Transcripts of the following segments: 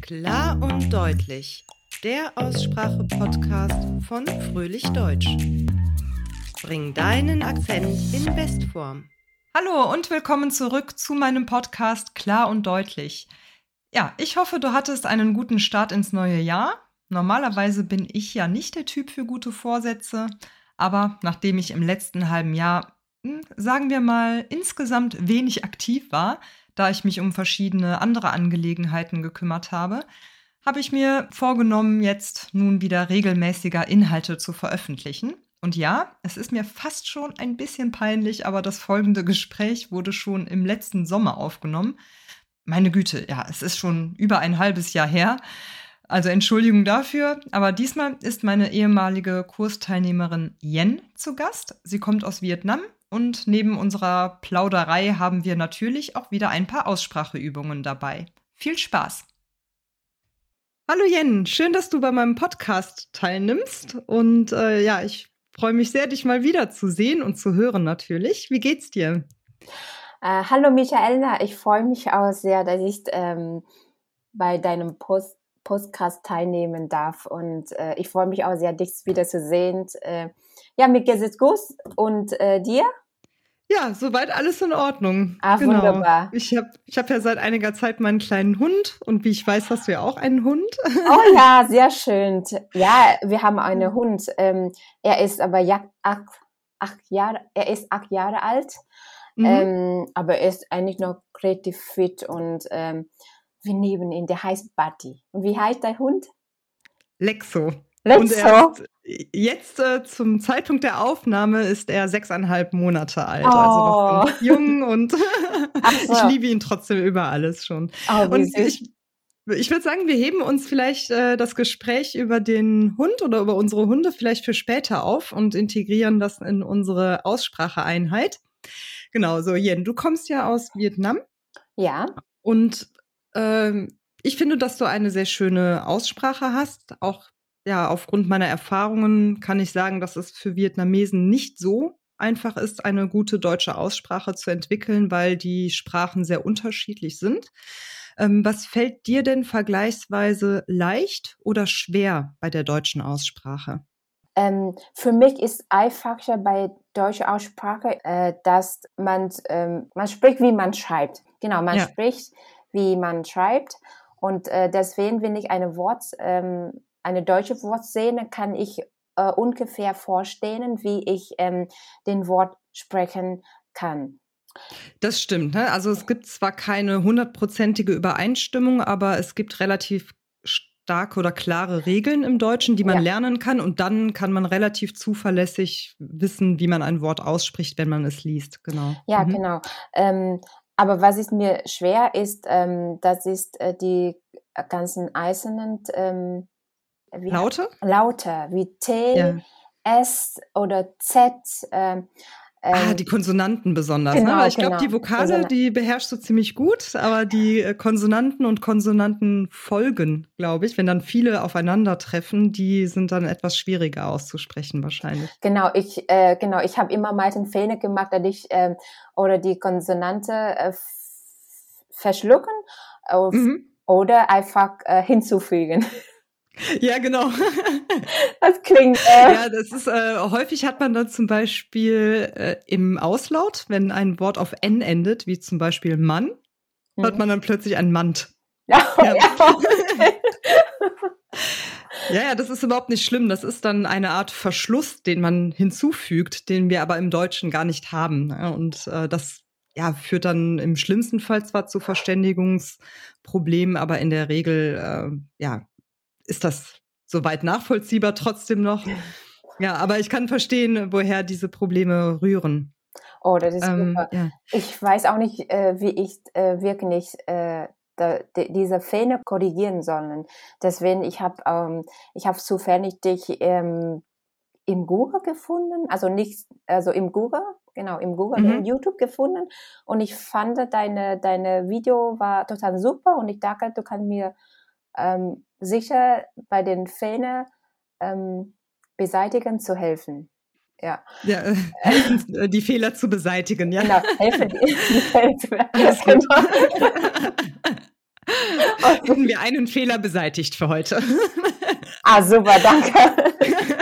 Klar und deutlich. Der Aussprache-Podcast von Fröhlich Deutsch. Bring deinen Akzent in Bestform. Hallo und willkommen zurück zu meinem Podcast Klar und deutlich. Ja, ich hoffe, du hattest einen guten Start ins neue Jahr. Normalerweise bin ich ja nicht der Typ für gute Vorsätze, aber nachdem ich im letzten halben Jahr, sagen wir mal, insgesamt wenig aktiv war, da ich mich um verschiedene andere Angelegenheiten gekümmert habe, habe ich mir vorgenommen, jetzt nun wieder regelmäßiger Inhalte zu veröffentlichen. Und ja, es ist mir fast schon ein bisschen peinlich, aber das folgende Gespräch wurde schon im letzten Sommer aufgenommen. Meine Güte, ja, es ist schon über ein halbes Jahr her. Also Entschuldigung dafür, aber diesmal ist meine ehemalige Kursteilnehmerin Yen zu Gast. Sie kommt aus Vietnam und neben unserer Plauderei haben wir natürlich auch wieder ein paar Ausspracheübungen dabei. Viel Spaß! Hallo Yen, schön, dass du bei meinem Podcast teilnimmst und ich freue mich sehr, dich mal wiederzusehen und zu hören natürlich. Wie geht's dir? Hallo Michaela, ich freue mich auch sehr, dass ich bei deinem Podcast teilnehmen darf und ich freue mich auch sehr, dich wiederzusehen. Mir geht es gut und dir? Ja, soweit alles in Ordnung. Genau. Wunderbar. Ich hab ja seit einiger Zeit meinen kleinen Hund und wie ich weiß, hast du ja auch einen Hund. Oh ja, sehr schön. Ja, wir haben einen Hund. Er ist aber 8 Jahre alt, aber er ist eigentlich noch relativ fit und wir nehmen ihn, der heißt Buddy. Und wie heißt dein Hund? Lexo. Lexo. Und er ist jetzt zum Zeitpunkt der Aufnahme ist er 6,5 Monate alt, also noch ganz jung und ich liebe ihn trotzdem über alles schon. Und ich würde sagen, wir heben uns vielleicht das Gespräch über den Hund oder über unsere Hunde vielleicht für später auf und integrieren das in unsere Ausspracheeinheit. Genau, so Yen, du kommst ja aus Vietnam. Ja. Und ich finde, dass du eine sehr schöne Aussprache hast. Auch ja, aufgrund meiner Erfahrungen kann ich sagen, dass es für Vietnamesen nicht so einfach ist, eine gute deutsche Aussprache zu entwickeln, weil die Sprachen sehr unterschiedlich sind. Was fällt dir denn vergleichsweise leicht oder schwer bei der deutschen Aussprache? Für mich ist einfacher bei deutscher Aussprache, dass man spricht, wie man schreibt. Genau, man spricht, wie man schreibt. Und deswegen, wenn ich eine deutsche Wort sehe, kann ich ungefähr vorstellen, wie ich den Wort sprechen kann. Das stimmt, ne? Also es gibt zwar keine 100%ige Übereinstimmung, aber es gibt relativ starke oder klare Regeln im Deutschen, die man lernen kann. Und dann kann man relativ zuverlässig wissen, wie man ein Wort ausspricht, wenn man es liest. Genau. Ja, genau. Aber was ist mir schwer ist, das ist die ganzen einzelnen Laute? Laute, wie T, S oder Z. Die Konsonanten besonders. Genau, ne? Weil ich glaube, die Vokale, die beherrschst du ziemlich gut, aber die Konsonanten und Konsonantenfolgen, glaube ich, wenn dann viele aufeinandertreffen, die sind dann etwas schwieriger auszusprechen wahrscheinlich. Genau, ich habe immer mal den Fehler gemacht, dass ich oder die Konsonante verschlucken oder einfach hinzufügen. Ja, genau. Das klingt. Ja, das ist häufig hat man dann zum Beispiel im Auslaut, wenn ein Wort auf N endet, wie zum Beispiel Mann, hört man dann plötzlich ein Mand. Ja, das ist überhaupt nicht schlimm. Das ist dann eine Art Verschluss, den man hinzufügt, den wir aber im Deutschen gar nicht haben. Und das führt dann im schlimmsten Fall zwar zu Verständigungsproblemen, aber in der Regel ist das soweit nachvollziehbar trotzdem noch. Ja, aber ich kann verstehen, woher diese Probleme rühren. Oh, das ist super. Ja. Ich weiß auch nicht, wie ich wirklich diese Fehler korrigieren sollen. Deswegen, ich habe zufällig dich im Google gefunden, im Google, in YouTube gefunden und ich fand, deine Video war total super und ich dachte, du kannst mir sicher bei den Fehlern beseitigen zu helfen. Ja, helfen, die Fehler zu beseitigen, ja. Genau, helfen die Fehler zu beseitigen. Hätten wir einen Fehler beseitigt für heute. Super, danke.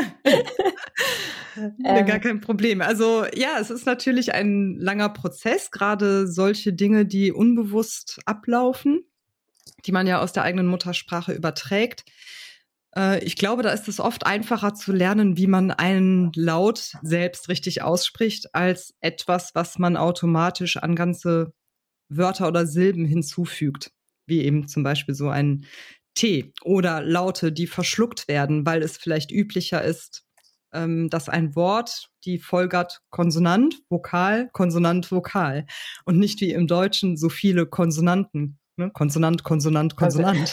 Gar kein Problem. Also ja, es ist natürlich ein langer Prozess, gerade solche Dinge, die unbewusst ablaufen, die man ja aus der eigenen Muttersprache überträgt. Ich glaube, da ist es oft einfacher zu lernen, wie man einen Laut selbst richtig ausspricht, als etwas, was man automatisch an ganze Wörter oder Silben hinzufügt, wie eben zum Beispiel so ein T oder Laute, die verschluckt werden, weil es vielleicht üblicher ist, dass ein Wort die folgert Konsonant, Vokal, Konsonant, Vokal und nicht wie im Deutschen so viele Konsonanten. Ne? Konsonant, Konsonant, Konsonant.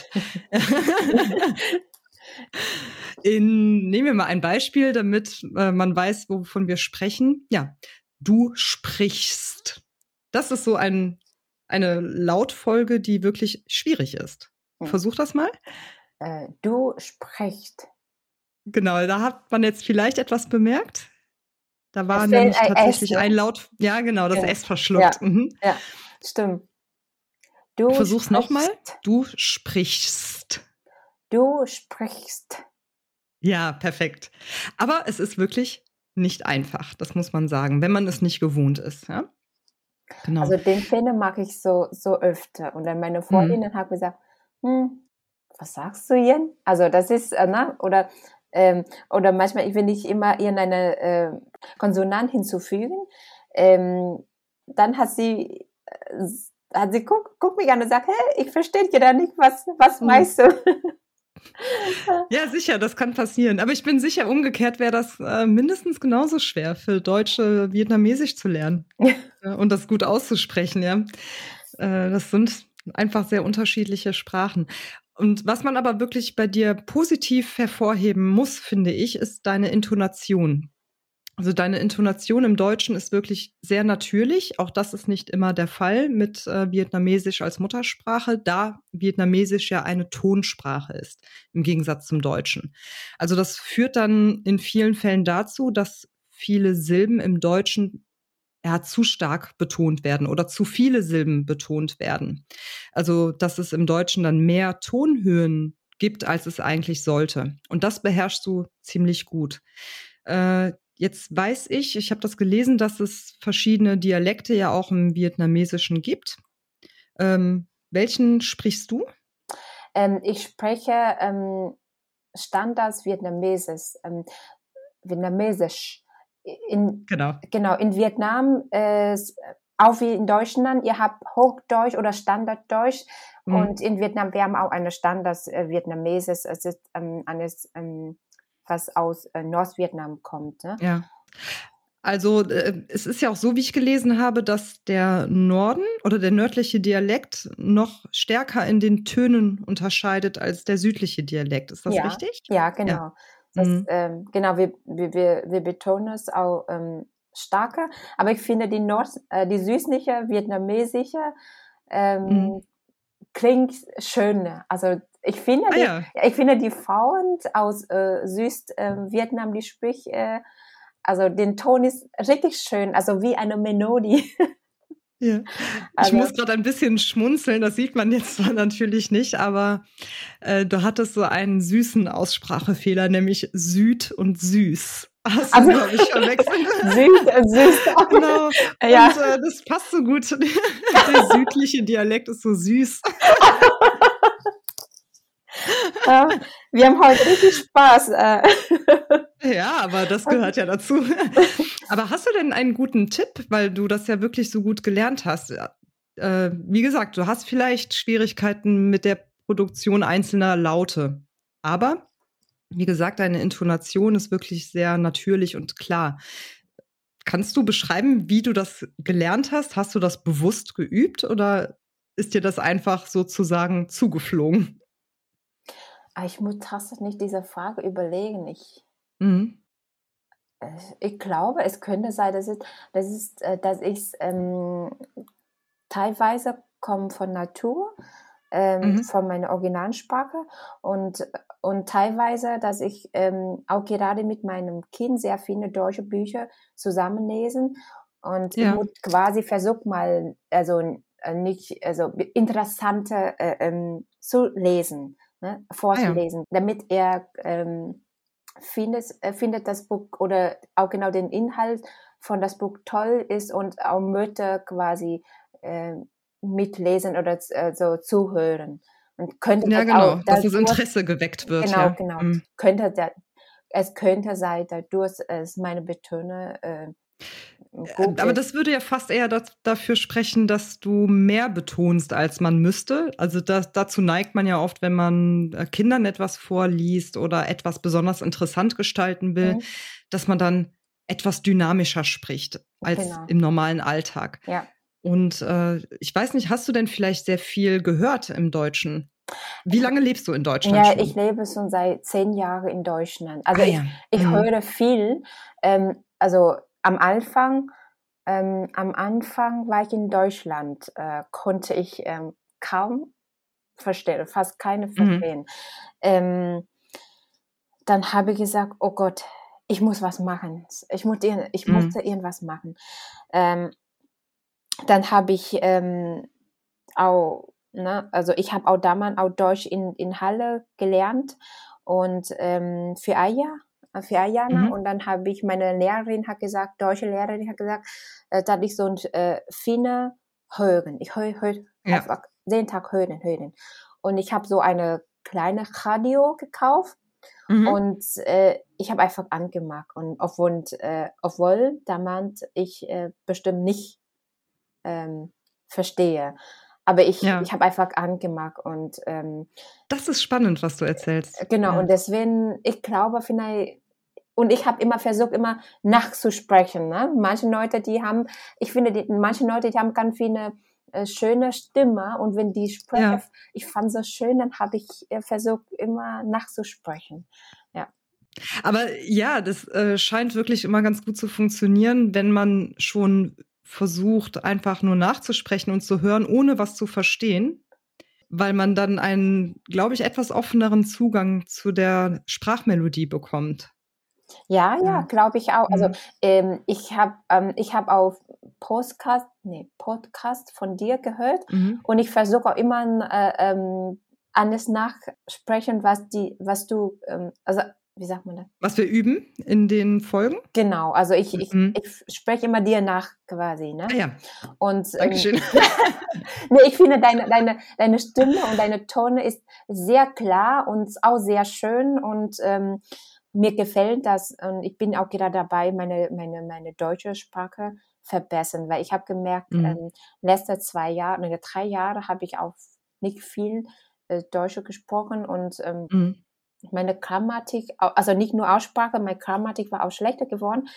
Nehmen wir mal ein Beispiel, damit man weiß, wovon wir sprechen. Ja, du sprichst. Das ist so eine Lautfolge, die wirklich schwierig ist. Versuch das mal. Du sprichst. Genau, da hat man jetzt vielleicht etwas bemerkt. Da war nämlich tatsächlich ein Laut, ja genau, das S verschluckt. Ja, ja, stimmt. Versuch's nochmal. Du sprichst. Du sprichst. Ja, perfekt. Aber es ist wirklich nicht einfach, das muss man sagen, wenn man es nicht gewohnt ist. Ja? Genau. Also den Fehler mag ich so öfter. Und dann meine Freundin hat gesagt, was sagst du denn? Also das ist, oder manchmal, ich will nicht immer irgendeine Konsonant hinzufügen. Dann hat sie guckt mich an und sagt, hey, ich verstehe dir da nicht, was meinst du? Ja, sicher, das kann passieren. Aber ich bin sicher, umgekehrt wäre das mindestens genauso schwer für Deutsche, Vietnamesisch zu lernen und das gut auszusprechen. Ja, das sind einfach sehr unterschiedliche Sprachen. Und was man aber wirklich bei dir positiv hervorheben muss, finde ich, ist deine Intonation. Also deine Intonation im Deutschen ist wirklich sehr natürlich. Auch das ist nicht immer der Fall mit Vietnamesisch als Muttersprache, da Vietnamesisch ja eine Tonsprache ist, im Gegensatz zum Deutschen. Also das führt dann in vielen Fällen dazu, dass viele Silben im Deutschen zu stark betont werden oder zu viele Silben betont werden. Also dass es im Deutschen dann mehr Tonhöhen gibt, als es eigentlich sollte. Und das beherrschst du ziemlich gut. Jetzt weiß ich habe das gelesen, dass es verschiedene Dialekte ja auch im Vietnamesischen gibt. Welchen sprichst du? Ich spreche Standards Vietnamesisch. Genau, in Vietnam, auch wie in Deutschland, ihr habt Hochdeutsch oder Standarddeutsch. Und in Vietnam, wir haben auch eine Standards Vietnamesisch. Es ist eines was aus Nordvietnam kommt. Ne? Ja. Also es ist ja auch so, wie ich gelesen habe, dass der Norden oder der nördliche Dialekt noch stärker in den Tönen unterscheidet als der südliche Dialekt. Ist das richtig? Ja, genau. Ja. Das, genau, wir betonen es auch stärker. Aber ich finde, die südliche, vietnamesische klingt schöner. Also ich finde, die Frauen aus Südvietnam, die sprechen, also den Ton ist richtig schön, also wie eine Melodie. Ja. Ich muss gerade ein bisschen schmunzeln, das sieht man jetzt zwar natürlich nicht, aber du hattest so einen süßen Aussprachefehler, nämlich Süd und Süß. Hast du, glaube ich, verwechselt. Süß. Genau. Ja. Und das passt so gut. Der südliche Dialekt ist so süß. Ja, wir haben heute richtig Spaß. Ja, aber das gehört ja dazu. Aber hast du denn einen guten Tipp, weil du das ja wirklich so gut gelernt hast? Wie gesagt, du hast vielleicht Schwierigkeiten mit der Produktion einzelner Laute. Aber, wie gesagt, deine Intonation ist wirklich sehr natürlich und klar. Kannst du beschreiben, wie du das gelernt hast? Hast du das bewusst geübt oder ist dir das einfach sozusagen zugeflogen? Ich muss tatsächlich diese Frage überlegen. Ich glaube, es könnte sein, dass ich teilweise komme von Natur, von meiner Originalsprache und teilweise, dass ich auch gerade mit meinem Kind sehr viele deutsche Bücher zusammenlesen und ich muss quasi versuchen mal, interessante zu lesen, ne, vorzulesen, damit er findet das Buch oder auch genau den Inhalt von das Buch toll ist und auch möchte quasi mitlesen oder so zuhören. Und könnte ja, genau, dass das Interesse geweckt wird. Genau, genau. Es könnte sein, dadurch es meine Betöne gut aber ist. das würde ja fast eher dafür sprechen, dass du mehr betonst, als man müsste. Also dazu neigt man ja oft, wenn man Kindern etwas vorliest oder etwas besonders interessant gestalten will, dass man dann etwas dynamischer spricht als im normalen Alltag. Ja. Und ich weiß nicht, hast du denn vielleicht sehr viel gehört im Deutschen? Wie lange lebst du in Deutschland schon? Ja, ich lebe schon seit 10 Jahren in Deutschland. Also ich höre viel. Also am Anfang war ich in Deutschland, konnte ich kaum verstehen, fast keine verstehen. Dann habe ich gesagt, oh Gott, ich muss was machen. Ich musste irgendwas machen. Dann habe ich auch, ne, also ich habe auch damals auch Deutsch in Halle gelernt und für ein Jahr. Und dann habe ich, meine Lehrerin hat gesagt, deutsche Lehrerin hat gesagt, dass ich so ein Finne hören. Ich höre einfach den Tag hören. Und ich habe so eine kleine Radio gekauft und ich habe einfach angemacht. Und obwohl damals ich bestimmt nicht verstehe. Aber ich habe einfach angemacht und das ist spannend, was du erzählst. Genau, und deswegen, ich glaube vielleicht, und ich habe immer versucht, immer nachzusprechen. Ne? Manche Leute, manche Leute, die haben ganz viele schöne Stimme und wenn die sprechen, ich fand so schön, dann habe ich versucht, immer nachzusprechen. Ja. Aber ja, das scheint wirklich immer ganz gut zu funktionieren, wenn man schon versucht, einfach nur nachzusprechen und zu hören, ohne was zu verstehen, weil man dann einen, glaube ich, etwas offeneren Zugang zu der Sprachmelodie bekommt. Ja, glaube ich auch. Also ich habe auf Podcast von dir gehört und ich versuche auch immer alles nachsprechen, was du, also wie sagt man das? Was wir üben in den Folgen? Genau, also ich spreche immer dir nach quasi, ne? Ja. Und Dankeschön. nee, ich finde deine Stimme und deine Tone ist sehr klar und auch sehr schön und mir gefällt das und ich bin auch gerade dabei, meine deutsche Sprache verbessern, weil ich habe gemerkt, letzte 3 Jahre habe ich auch nicht viel Deutsch gesprochen und meine Grammatik, also nicht nur Aussprache, meine Grammatik war auch schlechter geworden.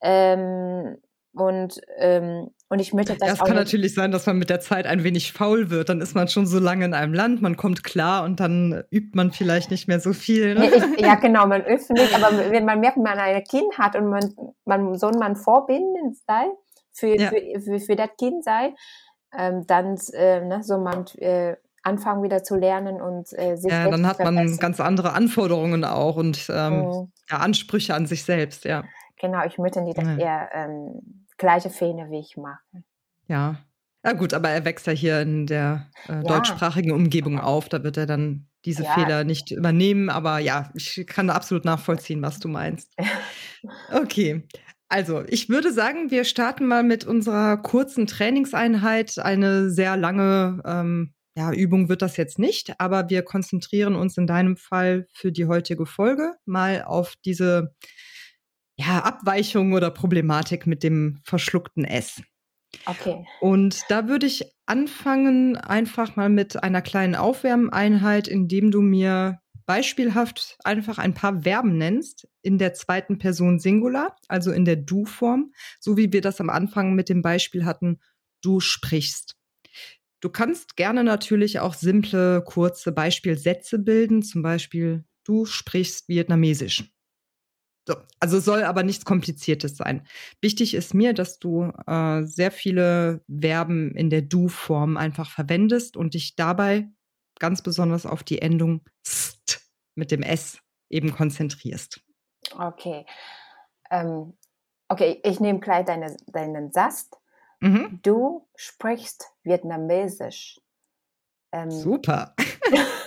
Und ich möchte das auch. Es kann natürlich sein, dass man mit der Zeit ein wenig faul wird. Dann ist man schon so lange in einem Land, man kommt klar und dann übt man vielleicht nicht mehr so viel. Ne? Ja, genau, man übt nicht, aber wenn man merkt, man ein Kind hat und man soll man Vorbild sein für das Kind sein, dann soll man anfangen wieder zu lernen und sich ja, dann hat man ganz andere Anforderungen auch und Ansprüche an sich selbst, ja. Genau, ich möchte nicht, dass er gleiche Fehler wie ich mache. Ja. Ja gut, aber er wächst ja hier in der deutschsprachigen Umgebung auf, da wird er dann diese Fehler nicht übernehmen, aber ja, ich kann absolut nachvollziehen, was du meinst. Okay. Also, ich würde sagen, wir starten mal mit unserer kurzen Trainingseinheit. Eine sehr lange Übung wird das jetzt nicht, aber wir konzentrieren uns in deinem Fall für die heutige Folge mal auf diese Abweichung oder Problematik mit dem verschluckten S. Okay. Und da würde ich anfangen, einfach mal mit einer kleinen Aufwärmeinheit, indem du mir beispielhaft einfach ein paar Verben nennst in der zweiten Person Singular, also in der Du-Form, so wie wir das am Anfang mit dem Beispiel hatten, du sprichst. Du kannst gerne natürlich auch simple, kurze Beispielsätze bilden, zum Beispiel, du sprichst Vietnamesisch. So, also soll aber nichts Kompliziertes sein. Wichtig ist mir, dass du sehr viele Verben in der Du-Form einfach verwendest und dich dabei ganz besonders auf die Endung st mit dem S eben konzentrierst. Okay. Okay, ich nehme gleich deinen Satz. Du sprichst Vietnamesisch. Super.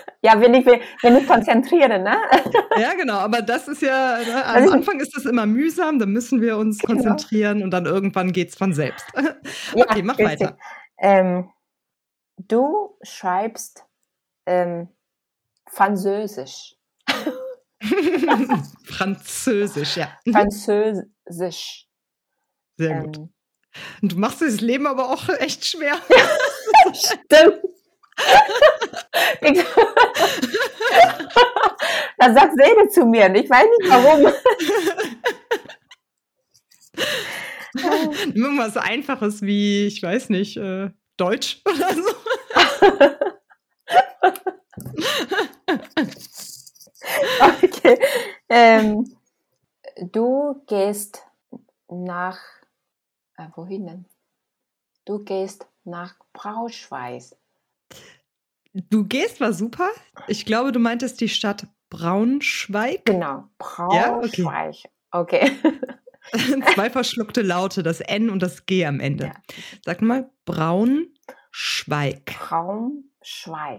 Ja, wenn ich konzentriere, ne? Ja, genau, aber das ist ja, ne, am Anfang ist es immer mühsam, dann müssen wir uns konzentrieren und dann irgendwann geht's von selbst. Okay, mach weiter. Du schreibst Französisch. Französisch, ja. Französisch. Sehr gut. Und du machst dir das Leben aber auch echt schwer. Stimmt. Da sagt Sede zu mir und ich weiß nicht warum. Nimm irgendwas Einfaches wie, ich weiß nicht, Deutsch oder so. Okay. Du gehst nach, wohin denn? Du gehst nach Braunschweig. Du gehst war super. Ich glaube, du meintest die Stadt Braunschweig. Genau, Braunschweig. Ja, okay. 2 verschluckte Laute, das N und das G am Ende. Ja. Sag mal, Braunschweig. Braunschweig.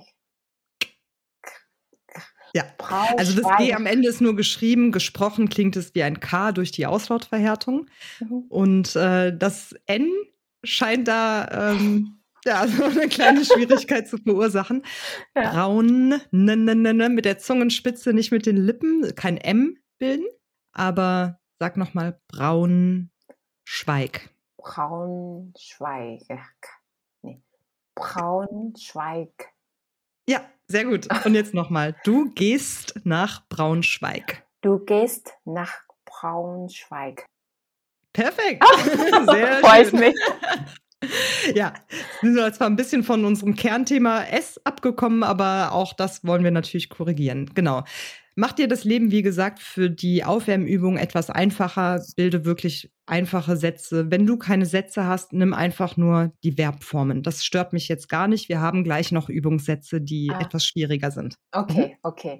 Ja, also das G am Ende ist nur geschrieben, gesprochen klingt es wie ein K durch die Auslautverhärtung. Und das N scheint da so eine kleine Schwierigkeit zu verursachen. Ja. Braun, mit der Zungenspitze, nicht mit den Lippen, kein M bilden, aber sag nochmal Braunschweig. Braunschweig. Nee. Braunschweig. Ja, sehr gut. Und jetzt nochmal. Du gehst nach Braunschweig. Du gehst nach Braunschweig. Perfekt. Sehr Freut mich. Ja, sind wir zwar ein bisschen von unserem Kernthema S abgekommen, aber auch das wollen wir natürlich korrigieren. Genau. Mach dir das Leben, wie gesagt, für die Aufwärmübung etwas einfacher. Bilde wirklich einfache Sätze. Wenn du keine Sätze hast, nimm einfach nur die Verbformen. Das stört mich jetzt gar nicht. Wir haben gleich noch Übungssätze, die etwas schwieriger sind. Okay, okay.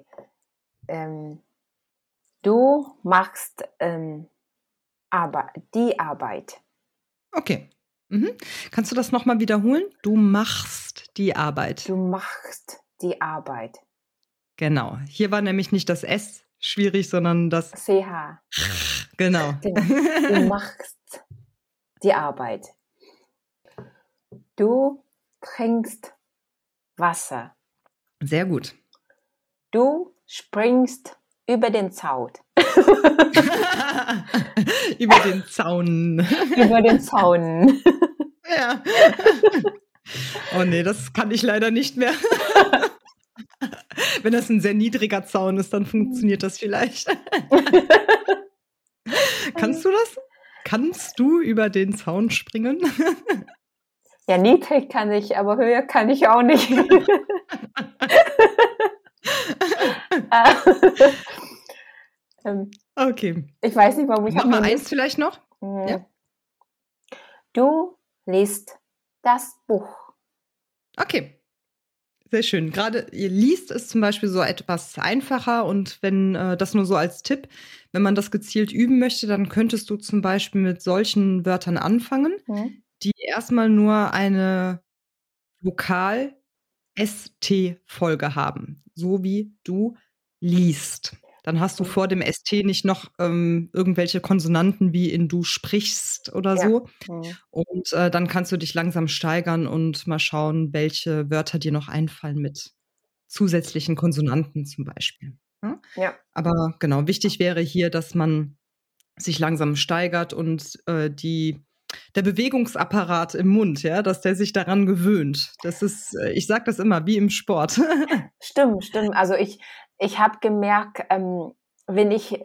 Du machst die Arbeit. Okay. Kannst du das nochmal wiederholen? Du machst die Arbeit. Du machst die Arbeit. Genau. Hier war nämlich nicht das S schwierig, sondern das CH. Genau. Du machst die Arbeit. Du trinkst Wasser. Sehr gut. Du springst über den Zaun. Über den Zaun. Über den Zaun. Ja. Oh nee, das kann ich leider nicht mehr. Wenn das ein sehr niedriger Zaun ist, dann funktioniert das vielleicht. Kannst du das? Kannst du über den Zaun springen? Ja, niedrig kann ich, aber höher kann ich auch nicht. Okay. Ich weiß nicht, warum ich Mach mal eins vielleicht noch. Ja. Du liest das Buch. Okay. Sehr schön. Gerade ihr liest es zum Beispiel so etwas einfacher und wenn das nur so als Tipp, wenn man das gezielt üben möchte, dann könntest du zum Beispiel mit solchen Wörtern anfangen, die erstmal nur eine Vokal-ST-Folge haben. So wie du liest. Dann hast du vor dem ST nicht noch irgendwelche Konsonanten wie in du sprichst oder so. Und dann kannst du dich langsam steigern und mal schauen, welche Wörter dir noch einfallen mit zusätzlichen Konsonanten zum Beispiel. Ja. Aber genau, wichtig wäre hier, dass man sich langsam steigert und der Bewegungsapparat im Mund, ja, dass der sich daran gewöhnt. Das ist, ich sage das immer, wie im Sport. Stimmt. Also ich habe gemerkt, wenn ich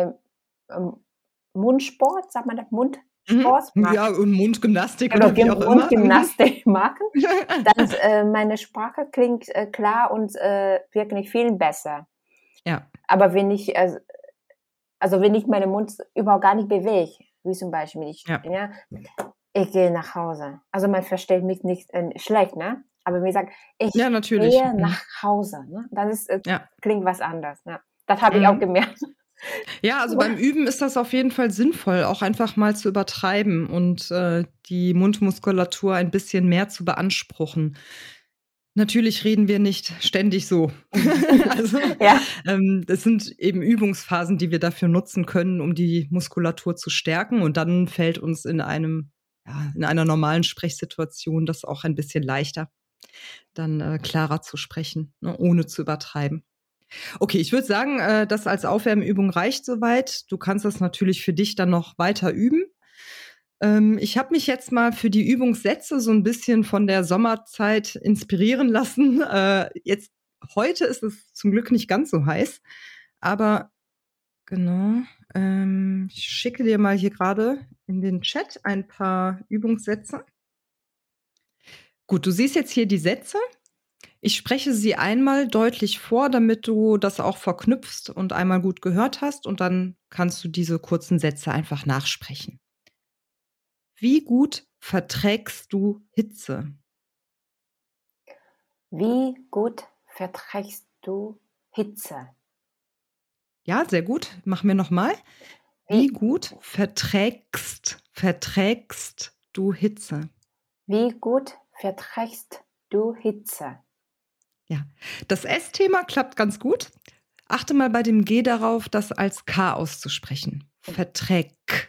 Mundsport, sagt man das, Mundsport mache. Ja, und Mundgymnastik oder wie auch immer. Mundgymnastik machen, dann meine Sprache klingt klar und wirklich viel besser. Ja. Aber wenn ich meinen Mund überhaupt gar nicht bewege, wie zum Beispiel ich gehe nach Hause. Also man versteht mich nicht schlecht, ne? Aber mir sagt, ich gehe nach Hause. Ne? Dann klingt was anderes. Ne? Das habe ich auch gemerkt. Ja, also beim Üben ist das auf jeden Fall sinnvoll, auch einfach mal zu übertreiben und die Mundmuskulatur ein bisschen mehr zu beanspruchen. Natürlich reden wir nicht ständig so. Also, das sind eben Übungsphasen, die wir dafür nutzen können, um die Muskulatur zu stärken. Und dann fällt uns in einer normalen Sprechsituation das auch ein bisschen leichter, dann klarer zu sprechen, ne, ohne zu übertreiben. Okay, ich würde sagen, das als Aufwärmübung reicht soweit. Du kannst das natürlich für dich dann noch weiter üben. Ich habe mich jetzt mal für die Übungssätze so ein bisschen von der Sommerzeit inspirieren lassen. Heute ist es zum Glück nicht ganz so heiß, aber genau, ich schicke dir mal hier gerade in den Chat ein paar Übungssätze. Gut, du siehst jetzt hier die Sätze. Ich spreche sie einmal deutlich vor, damit du das auch verknüpfst und einmal gut gehört hast, und dann kannst du diese kurzen Sätze einfach nachsprechen. Wie gut verträgst du Hitze? Wie gut verträgst du Hitze? Ja, sehr gut. Machen wir nochmal. Wie gut verträgst du Hitze? Wie gut verträgst du Hitze? Ja, das S-Thema klappt ganz gut. Achte mal bei dem G darauf, das als K auszusprechen. Verträgst.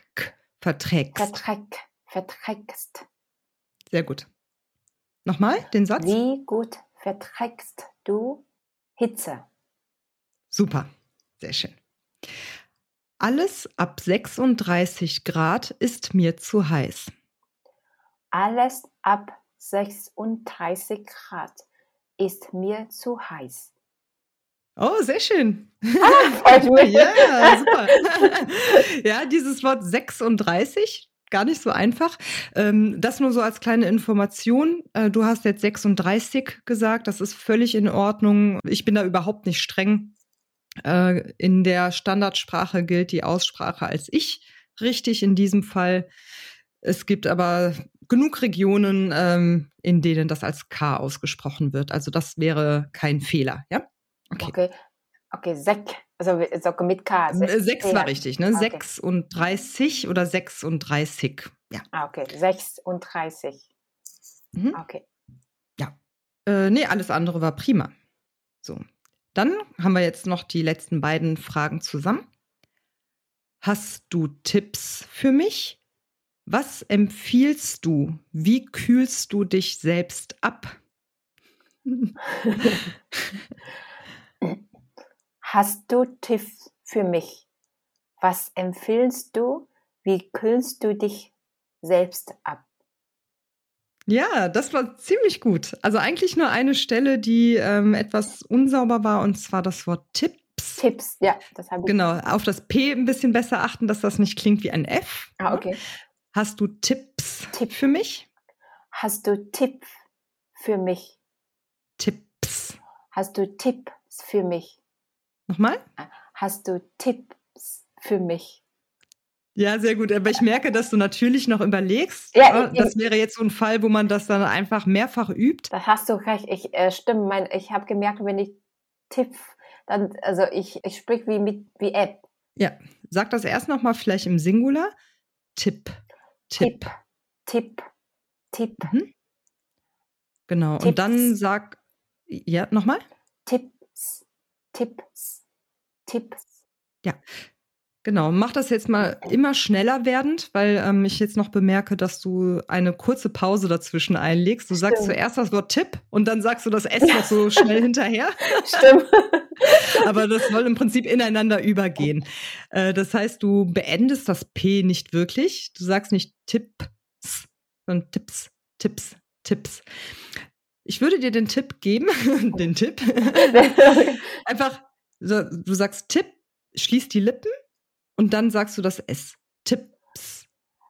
Sehr gut. Nochmal den Satz. Wie gut verträgst du Hitze? Super, sehr schön. Alles ab 36 Grad ist mir zu heiß. Alles ab 36 Grad ist mir zu heiß. Oh, sehr schön. Freut mich. Ja, super. Ja, dieses Wort 36, gar nicht so einfach. Das nur so als kleine Information. Du hast jetzt 36 gesagt, das ist völlig in Ordnung. Ich bin da überhaupt nicht streng. In der Standardsprache gilt die Aussprache als ich richtig in diesem Fall. Es gibt aber genug Regionen, in denen das als K ausgesprochen wird. Also das wäre kein Fehler, ja? Okay, also mit K. 6 war richtig, ne? Okay. 36 oder 36, ja. Okay, 36. Mhm. Okay. Ja, nee, alles andere war prima. So, dann haben wir jetzt noch die letzten beiden Fragen zusammen. Hast du Tipps für mich? Was empfiehlst du? Wie kühlst du dich selbst ab? Hast du Tipps für mich? Was empfiehlst du? Wie kühlst du dich selbst ab? Ja, das war ziemlich gut. Also eigentlich nur eine Stelle, die etwas unsauber war, und zwar das Wort Tipps. Tipps, ja, das habe ich. Genau, auf das P ein bisschen besser achten, dass das nicht klingt wie ein F. Ah, okay. Hast du Tipps für mich? Hast du Tipps für mich? Tipps. Hast du Tipps für mich? Nochmal? Hast du Tipps für mich? Ja, sehr gut. Aber ich merke, dass du natürlich noch überlegst. Ja, das wäre jetzt so ein Fall, wo man das dann einfach mehrfach übt. Da hast du recht. Stimmt. Ich habe gemerkt, wenn ich Tipps, dann, also ich spreche wie App. Ja, sag das erst noch mal vielleicht im Singular. Tipp. Mhm. Genau. Tipps. Und dann sag, ja, nochmal? Tipps. Ja, genau. Mach das jetzt mal immer schneller werdend, weil ich jetzt noch bemerke, dass du eine kurze Pause dazwischen einlegst. Du sagst zuerst das Wort Tipp und dann sagst du das S noch so schnell hinterher. Stimmt. Aber das soll im Prinzip ineinander übergehen. Das heißt, du beendest das P nicht wirklich. Du sagst nicht Tipps, sondern Tipps. Ich würde dir den Tipp geben, einfach, du sagst Tipp, schließt die Lippen und dann sagst du das S. Tipps.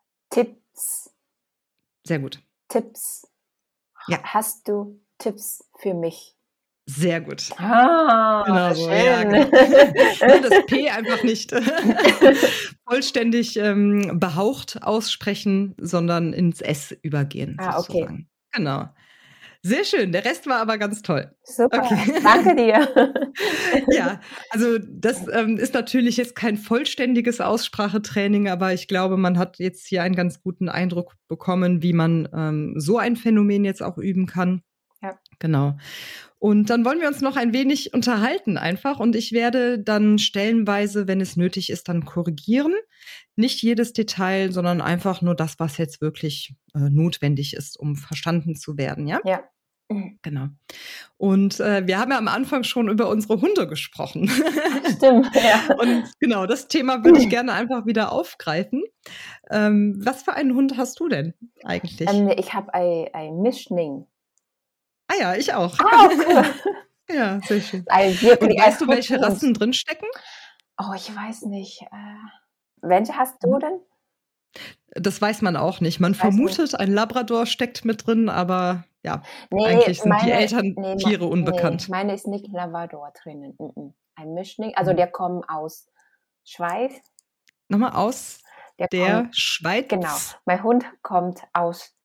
Sehr gut. Tipps. Ja. Hast du Tipps für mich? Sehr gut. Genau so. Ja, genau. Das P einfach nicht vollständig behaucht aussprechen, sondern ins S übergehen. Sozusagen. Okay. Genau. Sehr schön. Der Rest war aber ganz toll. Super. Okay. Danke dir. Ja, also das ist natürlich jetzt kein vollständiges Aussprachetraining, aber ich glaube, man hat jetzt hier einen ganz guten Eindruck bekommen, wie man so ein Phänomen jetzt auch üben kann. Ja. Genau. Und dann wollen wir uns noch ein wenig unterhalten einfach. Und ich werde dann stellenweise, wenn es nötig ist, dann korrigieren. Nicht jedes Detail, sondern einfach nur das, was jetzt wirklich notwendig ist, um verstanden zu werden, ja? Ja. Genau. Und wir haben ja am Anfang schon über unsere Hunde gesprochen. Stimmt, ja. Und genau, das Thema würde ich gerne einfach wieder aufgreifen. Was für einen Hund hast du denn eigentlich? Ich habe ein Mischling. Ah ja, ich auch. Cool. Ja, sehr schön. Und Weißt du, welche Rassen drinstecken? Oh, ich weiß nicht. Welche hast du denn? Das weiß man auch nicht. Man vermutet, ein Labrador steckt mit drin, aber ja, eigentlich sind die Elterntiere unbekannt. Nee, meine ist nicht Labrador drinnen. Ein Mischling. Also der kommt aus Schweiz. Nochmal aus der Schweiz? Genau. Mein Hund kommt aus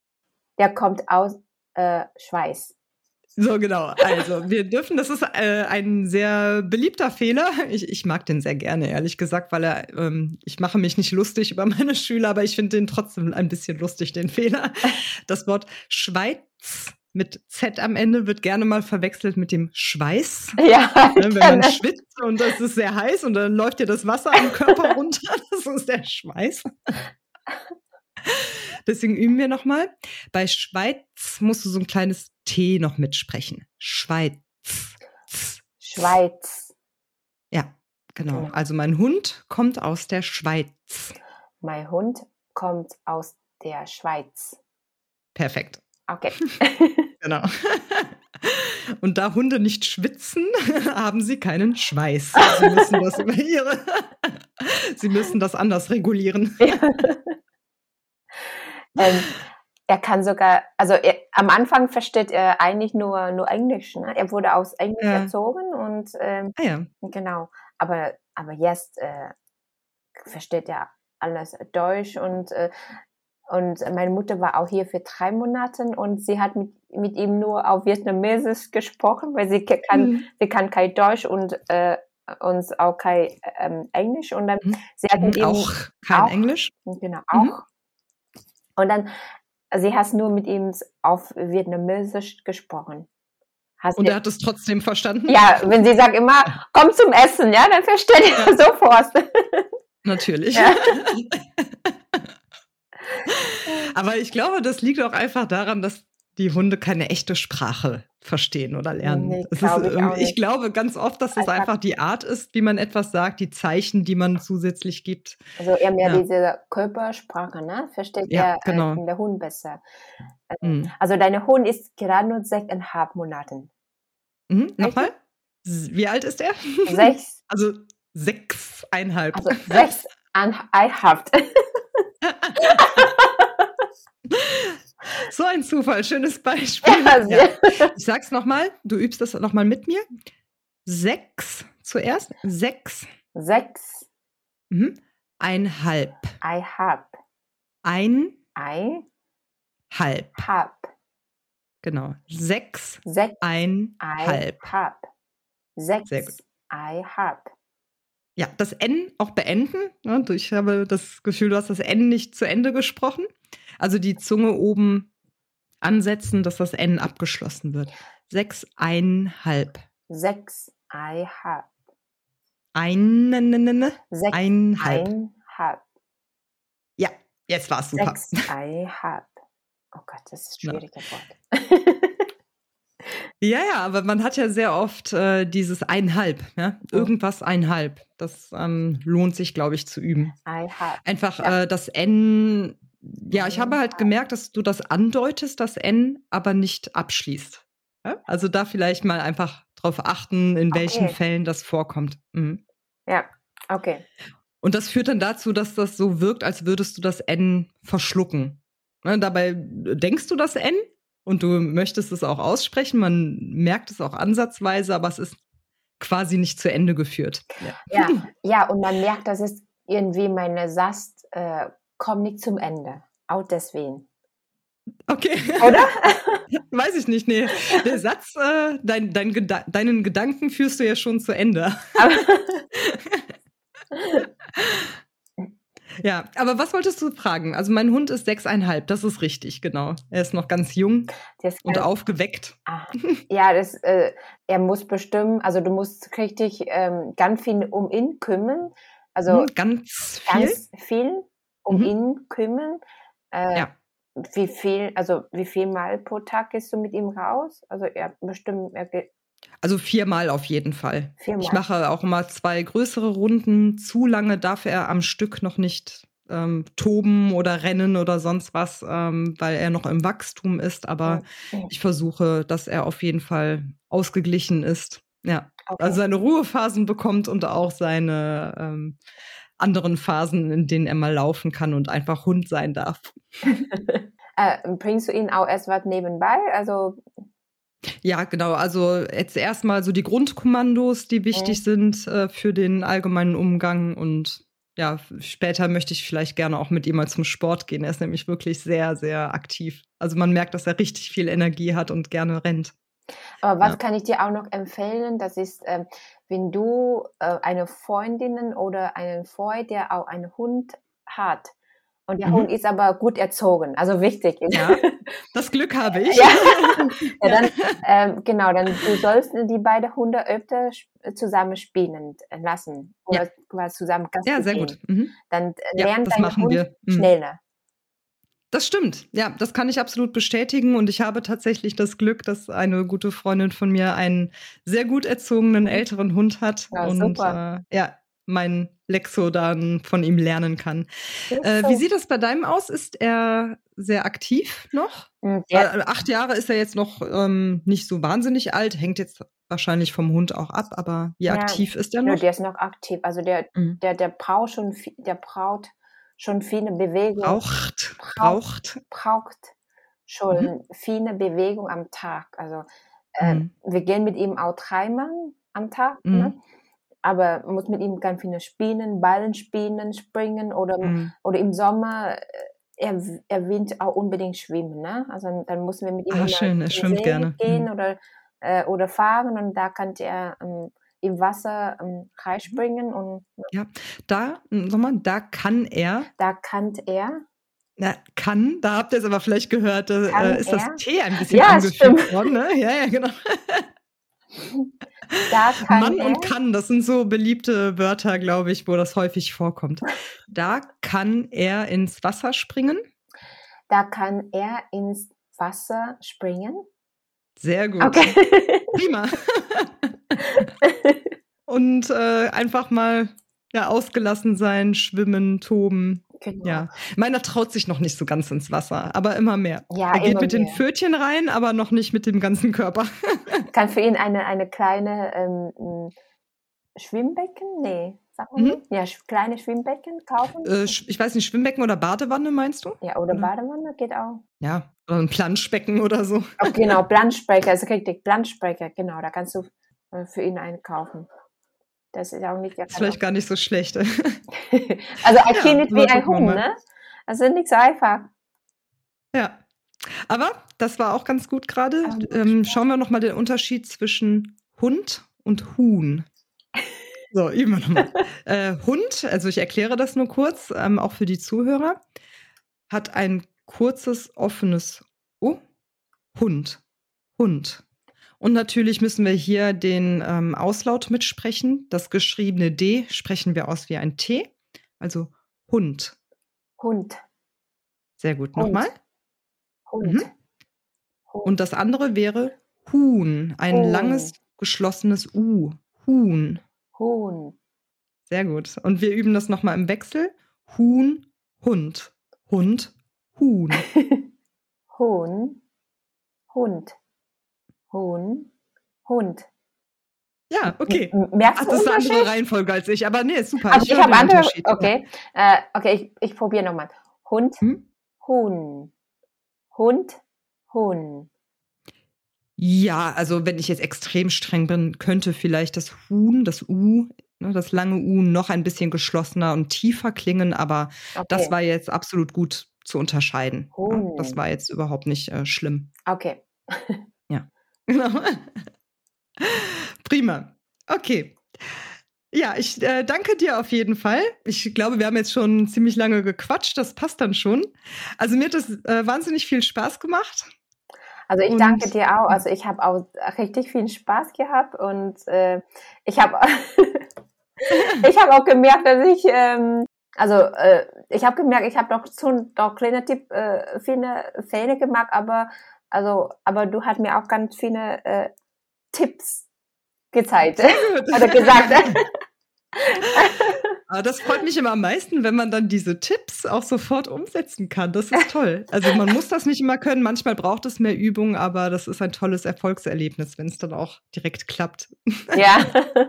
Schweiz. So, genau. Also, wir dürfen, das ist ein sehr beliebter Fehler. Ich mag den sehr gerne, ehrlich gesagt, weil ich mache mich nicht lustig über meine Schüler, aber ich finde den trotzdem ein bisschen lustig, den Fehler. Das Wort Schweiz mit Z am Ende wird gerne mal verwechselt mit dem Schweiß. Ja, wenn man schwitzt und es ist sehr heiß und dann läuft dir das Wasser am Körper runter. Das ist der Schweiß. Deswegen üben wir nochmal. Bei Schweiz musst du so ein kleines T noch mitsprechen. Schweiz. Schweiz. Ja, genau. Also mein Hund kommt aus der Schweiz. Mein Hund kommt aus der Schweiz. Perfekt. Okay. Genau. Und da Hunde nicht schwitzen, haben sie keinen Schweiß. Sie müssen das anders regulieren. Er kann sogar, also am Anfang versteht er eigentlich nur Englisch. Ne? Er wurde aus Englisch erzogen und genau. Aber jetzt versteht er alles Deutsch und meine Mutter war auch hier für 3 Monate und sie hat mit ihm nur auf Vietnamesisch gesprochen, weil sie kann kein Deutsch und uns auch kein Englisch und dann sie hat mit ihm auch kein Englisch. Genau, auch. Und dann sie hat nur mit ihm auf Vietnamesisch gesprochen. Und er hat es trotzdem verstanden? Ja, wenn sie sagt immer, komm zum Essen, ja, dann versteht er sofort. Natürlich. Ja. Aber ich glaube, das liegt auch einfach daran, dass die Hunde keine echte Sprache verstehen oder lernen. Nee, ich glaube ganz oft, dass das einfach die Art ist, wie man etwas sagt, die Zeichen, die man zusätzlich gibt. Also eher mehr diese Körpersprache, ne? Versteht der Hund besser. Also deine Hund ist gerade nur 6,5 Monaten. Nochmal? Wie alt ist er? 6. Also 6,5. Also 6,5. So ein Zufall, schönes Beispiel. Ja. Ich sag's nochmal, du übst das nochmal mit mir. 6 zuerst. 6. 6. 1,5. Ein. 1,5. Genau. 6. 1,5. 6,5. Ja, das N auch beenden. Ich habe das Gefühl, du hast das N nicht zu Ende gesprochen. Also die Zunge oben ansetzen, dass das N abgeschlossen wird. 6,5. 6,5. 1,5. Ja, jetzt war es super. 6,5. Oh Gott, das ist ein schwieriges Wort. Ja, aber man hat ja sehr oft dieses 1,5, ja? Irgendwas 1,5. Das lohnt sich, glaube ich, zu üben. 1,5. Einfach das N. Ja, ich habe halt gemerkt, dass du das andeutest, das N, aber nicht abschließt. Ja? Also da vielleicht mal einfach drauf achten, in welchen Fällen das vorkommt. Ja, okay. Und das führt dann dazu, dass das so wirkt, als würdest du das N verschlucken. Ne, dabei denkst du das N und du möchtest es auch aussprechen. Man merkt es auch ansatzweise, aber es ist quasi nicht zu Ende geführt. Ja, und man merkt, dass es irgendwie meine Satz kommt nicht zum Ende. Auch deswegen. Okay. Oder? Weiß ich nicht, nee. Der Satz, deinen Gedanken führst du ja schon zu Ende. Ja, aber was wolltest du fragen? Also mein Hund ist 6,5, das ist richtig, genau. Er ist noch ganz jung und aufgeweckt. Ja, er muss bestimmt, also du musst richtig ganz viel um ihn kümmern. Also ganz viel um ihn kümmern. Ja. Wie viel Mal pro Tag gehst du mit ihm raus? Also Also 4-mal auf jeden Fall. 4-mal. Ich mache auch immer 2 größere Runden. Zu lange darf er am Stück noch nicht toben oder rennen oder sonst was, weil er noch im Wachstum ist. Aber ich versuche, dass er auf jeden Fall ausgeglichen ist. Ja, okay. Also seine Ruhephasen bekommt und auch seine anderen Phasen, in denen er mal laufen kann und einfach Hund sein darf. Bringst du ihn auch erst was nebenbei? Also ja, genau. Also jetzt erstmal so die Grundkommandos, die wichtig sind für den allgemeinen Umgang. Und ja, später möchte ich vielleicht gerne auch mit ihm mal zum Sport gehen. Er ist nämlich wirklich sehr, sehr aktiv. Also man merkt, dass er richtig viel Energie hat und gerne rennt. Aber was kann ich dir auch noch empfehlen? Das ist, wenn du eine Freundin oder einen Freund, der auch einen Hund hat, und der Hund ist aber gut erzogen, also wichtig. Ja, das Glück habe ich. Dann, genau, dann du sollst die beiden Hunde öfter zusammen spielen lassen oder zusammen Gassi gehen. Ja, sehr gut. Dann lernt dein Hund schneller. Das stimmt. Ja, das kann ich absolut bestätigen. Und ich habe tatsächlich das Glück, dass eine gute Freundin von mir einen sehr gut erzogenen älteren Hund hat. Ja, und mein Lexo dann von ihm lernen kann. Wie sieht das bei deinem aus? Ist er sehr aktiv noch? 8 Jahre ist er jetzt noch nicht so wahnsinnig alt, hängt jetzt wahrscheinlich vom Hund auch ab, aber wie aktiv ist er noch? Der ist noch aktiv. Also der braucht schon viele Bewegungen. Braucht schon viele Bewegungen am Tag. Also wir gehen mit ihm auch 3-mal am Tag, ne? Aber man muss mit ihm ganz viele spielen, Ballen spielen, springen oder im Sommer, er will auch unbedingt schwimmen, ne? Also dann müssen wir mit ihm schön, er schwimmt gerne. gehen oder fahren und da kann er im Wasser reinspringen und ja, da kann er. Da kann er. Na, da habt ihr es aber vielleicht gehört, ist das T ein bisschen angefügt worden, ne? Ja, genau. Da kann Mann und kann, das sind so beliebte Wörter, glaube ich, wo das häufig vorkommt. Da kann er ins Wasser springen. Da kann er ins Wasser springen. Sehr gut. Okay. Prima. Und einfach mal ausgelassen sein, schwimmen, toben. Genau. Ja, meiner traut sich noch nicht so ganz ins Wasser, aber immer mehr. Ja, er geht mit den Pfötchen rein, aber noch nicht mit dem ganzen Körper. Kann für ihn eine kleine Schwimmbecken? Nee, sag mal nicht. Ja, kleine Schwimmbecken kaufen. Ich weiß nicht, Schwimmbecken oder Badewanne meinst du? Ja, oder Badewanne geht auch. Ja, oder ein Planschbecken oder so. Oh, genau, Planschbecken, also richtig, Planschbecken, genau, da kannst du für ihn einen kaufen. Das ist auch nicht das ist vielleicht gar nicht so schlecht. Also ein Kind wie ein Hund, ne? Also nicht so einfach. Ja, aber das war auch ganz gut gerade. Schauen wir nochmal den Unterschied zwischen Hund und Huhn. So, üben wir nochmal. Hund, also ich erkläre das nur kurz, auch für die Zuhörer, hat ein kurzes, offenes O. Hund. Und natürlich müssen wir hier den Auslaut mitsprechen. Das geschriebene D sprechen wir aus wie ein T. Also Hund. Sehr gut. Nochmal. Hund. Und das andere wäre Huhn. Ein langes, geschlossenes U. Huhn. Sehr gut. Und wir üben das nochmal im Wechsel. Huhn, Hund. Hund, Huhn. Hund. Ja, okay. Merkst du das ist eine andere Reihenfolge als ich, aber nee, ist super. Also ich habe andere. Okay, okay, ich probiere nochmal. Hund, Huhn. Hund, Huhn. Ja, also wenn ich jetzt extrem streng bin, könnte vielleicht das Huhn, das U, das lange U, noch ein bisschen geschlossener und tiefer klingen, aber das war jetzt absolut gut zu unterscheiden. Huhn. Das war jetzt überhaupt nicht schlimm. Okay. Ja, genau. Prima. Okay. Ja, ich danke dir auf jeden Fall. Ich glaube, wir haben jetzt schon ziemlich lange gequatscht. Das passt dann schon. Also mir hat das wahnsinnig viel Spaß gemacht. Also ich danke dir auch. Also ich habe auch richtig viel Spaß gehabt und ich habe ich habe auch gemerkt, dass ich ich habe gemerkt, ich habe noch kleine viele Fehler gemacht, aber du hast mir auch ganz viele Tipps gezeigt oder gesagt. Aber das freut mich immer am meisten, wenn man dann diese Tipps auch sofort umsetzen kann. Das ist toll. Also man muss das nicht immer können. Manchmal braucht es mehr Übung, aber das ist ein tolles Erfolgserlebnis, wenn es dann auch direkt klappt. Ja.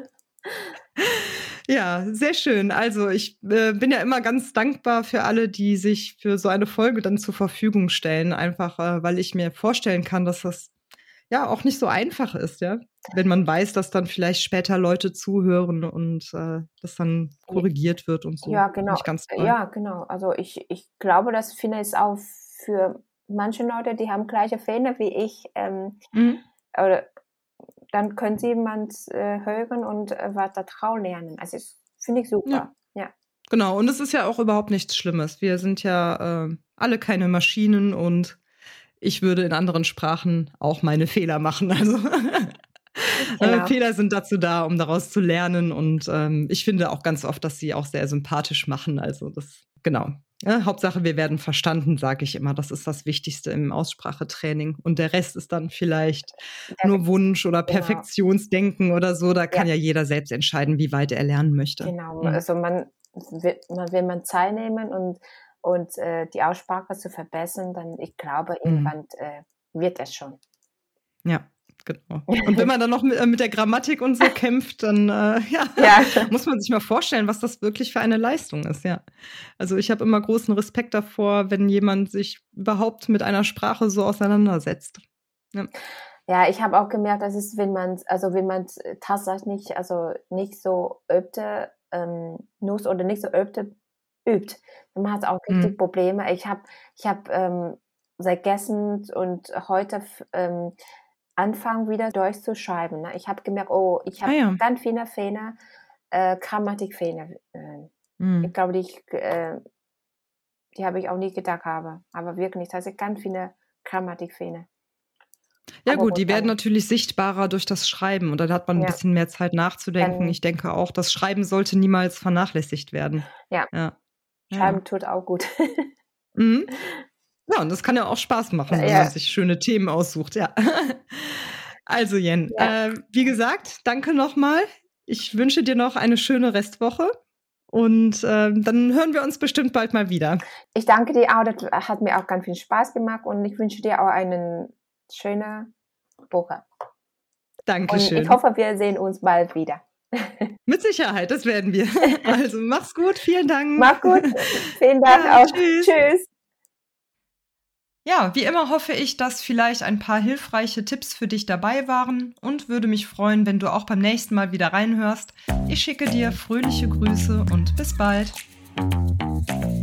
Ja, sehr schön. Also ich bin ja immer ganz dankbar für alle, die sich für so eine Folge dann zur Verfügung stellen. Einfach, weil ich mir vorstellen kann, dass das ja auch nicht so einfach ist, ja. Wenn man weiß, dass dann vielleicht später Leute zuhören und das dann korrigiert wird und so. Ja, genau. Ganz toll. Ja, genau. Also ich glaube, das finde ich auch für manche Leute, die haben gleiche Fehler wie ich. Oder dann können sie jemand hören und was daraus lernen. Also das finde ich super. Ja. Genau. Und es ist ja auch überhaupt nichts Schlimmes. Wir sind ja alle keine Maschinen und ich würde in anderen Sprachen auch meine Fehler machen. Also genau. Fehler sind dazu da, um daraus zu lernen. Und ich finde auch ganz oft, dass sie auch sehr sympathisch machen. Also das, genau. Ja, Hauptsache, wir werden verstanden, sage ich immer. Das ist das Wichtigste im Aussprachetraining. Und der Rest ist dann vielleicht nur Wunsch oder Perfektionsdenken oder so. Da kann ja jeder selbst entscheiden, wie weit er lernen möchte. Genau. Also wenn man Zeit nehmen und die Aussprache zu verbessern, dann, ich glaube, irgendwann wird es schon. Ja, genau. Und wenn man dann noch mit der Grammatik und so kämpft, dann muss man sich mal vorstellen, was das wirklich für eine Leistung ist, ja. Also ich habe immer großen Respekt davor, wenn jemand sich überhaupt mit einer Sprache so auseinandersetzt. Ja, ich habe auch gemerkt, dass es, wenn man tatsächlich nicht so übte, oder nicht so übte, man hat auch richtig Probleme. Ich hab seit gestern und heute anfangen wieder durchzuschreiben. Ne? Ich habe gemerkt, ich habe ganz viele Fehler, Grammatikfehler. Ich glaube, die habe ich auch nie gedacht habe. Aber wirklich, das sind ganz viele Grammatikfehler. Ja gut, die werden natürlich sichtbarer durch das Schreiben und dann hat man ein bisschen mehr Zeit nachzudenken. Ich denke auch, das Schreiben sollte niemals vernachlässigt werden. Ja. Schreiben tut auch gut. Ja, und das kann ja auch Spaß machen, wenn man sich schöne Themen aussucht, ja. Also Jen, wie gesagt, danke nochmal. Ich wünsche dir noch eine schöne Restwoche und dann hören wir uns bestimmt bald mal wieder. Ich danke dir auch, das hat mir auch ganz viel Spaß gemacht und ich wünsche dir auch eine schöne Woche. Dankeschön. Und ich hoffe, wir sehen uns bald wieder. Mit Sicherheit, das werden wir. Also mach's gut, vielen Dank. Mach gut, vielen Dank auch. Tschüss. Ja, wie immer hoffe ich, dass vielleicht ein paar hilfreiche Tipps für dich dabei waren und würde mich freuen, wenn du auch beim nächsten Mal wieder reinhörst. Ich schicke dir fröhliche Grüße und bis bald.